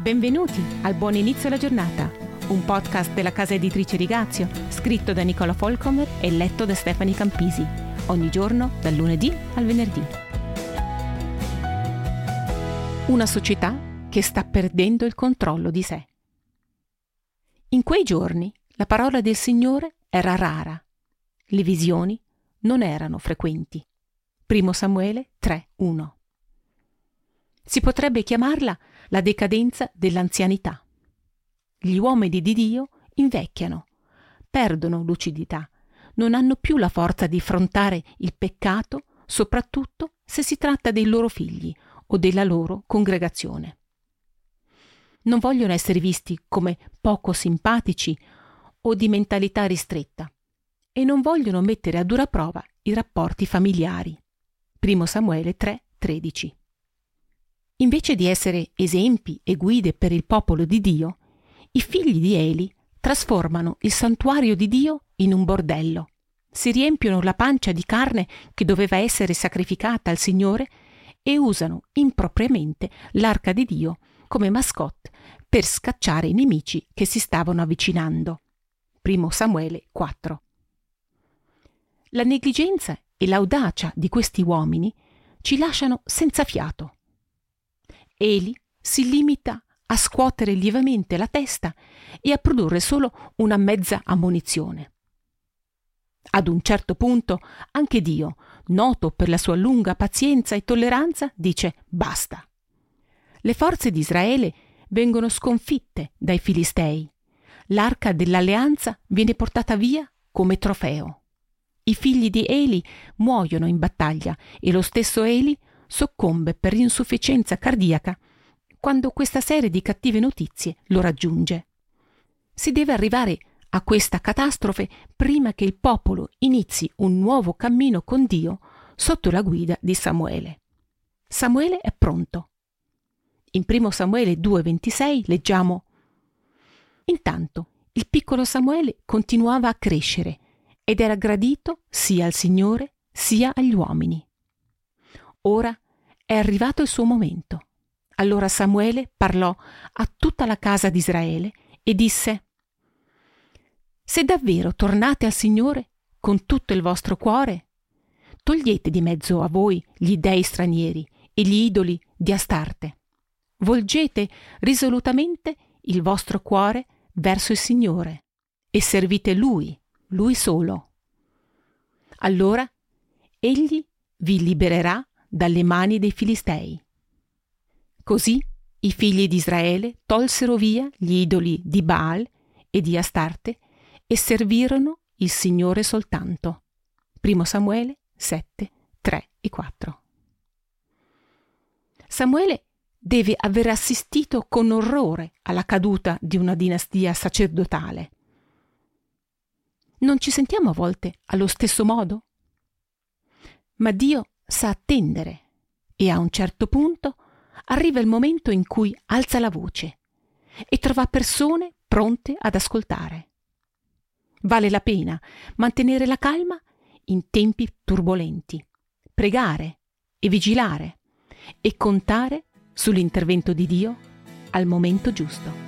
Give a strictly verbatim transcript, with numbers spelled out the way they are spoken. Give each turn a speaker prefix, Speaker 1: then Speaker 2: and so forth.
Speaker 1: Benvenuti al Buon Inizio alla Giornata, un podcast della casa editrice Rigazio, scritto da Nicola Folcomer e letto da Stefani Campisi, ogni giorno dal lunedì al venerdì. Una società che sta perdendo il controllo di sé. In quei giorni la parola del Signore era rara, le visioni non erano frequenti. Primo Samuele tre uno. Si potrebbe chiamarla la decadenza dell'anzianità. Gli uomini di Dio invecchiano, perdono lucidità, non hanno più la forza di affrontare il peccato, soprattutto se si tratta dei loro figli o della loro congregazione. Non vogliono essere visti come poco simpatici o di mentalità ristretta e non vogliono mettere a dura prova i rapporti familiari. Primo Samuele tre tredici. Invece di essere esempi e guide per il popolo di Dio, i figli di Eli trasformano il santuario di Dio in un bordello, si riempiono la pancia di carne che doveva essere sacrificata al Signore e usano impropriamente l'arca di Dio come mascotte per scacciare i nemici che si stavano avvicinando. Primo Samuele quattro. La negligenza e l'audacia di questi uomini ci lasciano senza fiato. Eli si limita a scuotere lievemente la testa e a produrre solo una mezza ammonizione. Ad un certo punto anche Dio, noto per la sua lunga pazienza e tolleranza, dice basta. Le forze di Israele vengono sconfitte dai Filistei. L'arca dell'alleanza viene portata via come trofeo. I figli di Eli muoiono in battaglia e lo stesso Eli soccombe per insufficienza cardiaca quando questa serie di cattive notizie lo raggiunge. Si deve arrivare a questa catastrofe prima che il popolo inizi un nuovo cammino con Dio sotto la guida di Samuele. Samuele è pronto. In Primo Samuele due ventisei leggiamo: Intanto il piccolo Samuele continuava a crescere ed era gradito sia al Signore sia agli uomini. Ora è arrivato il suo momento. Allora Samuele parlò a tutta la casa di Israele e disse: Se davvero tornate al Signore con tutto il vostro cuore, togliete di mezzo a voi gli dei stranieri e gli idoli di Astarte. Volgete risolutamente il vostro cuore verso il Signore e servite Lui, Lui solo. Allora Egli vi libererà dalle mani dei Filistei. Così i figli di Israele tolsero via gli idoli di Baal e di Astarte e servirono il Signore soltanto. Primo Samuele sette tre e quattro. Samuele deve aver assistito con orrore alla caduta di una dinastia sacerdotale. Non ci sentiamo a volte allo stesso modo? Ma Dio sa attendere e a un certo punto arriva il momento in cui alza la voce e trova persone pronte ad ascoltare. Vale la pena mantenere la calma in tempi turbolenti, pregare e vigilare e contare sull'intervento di Dio al momento giusto.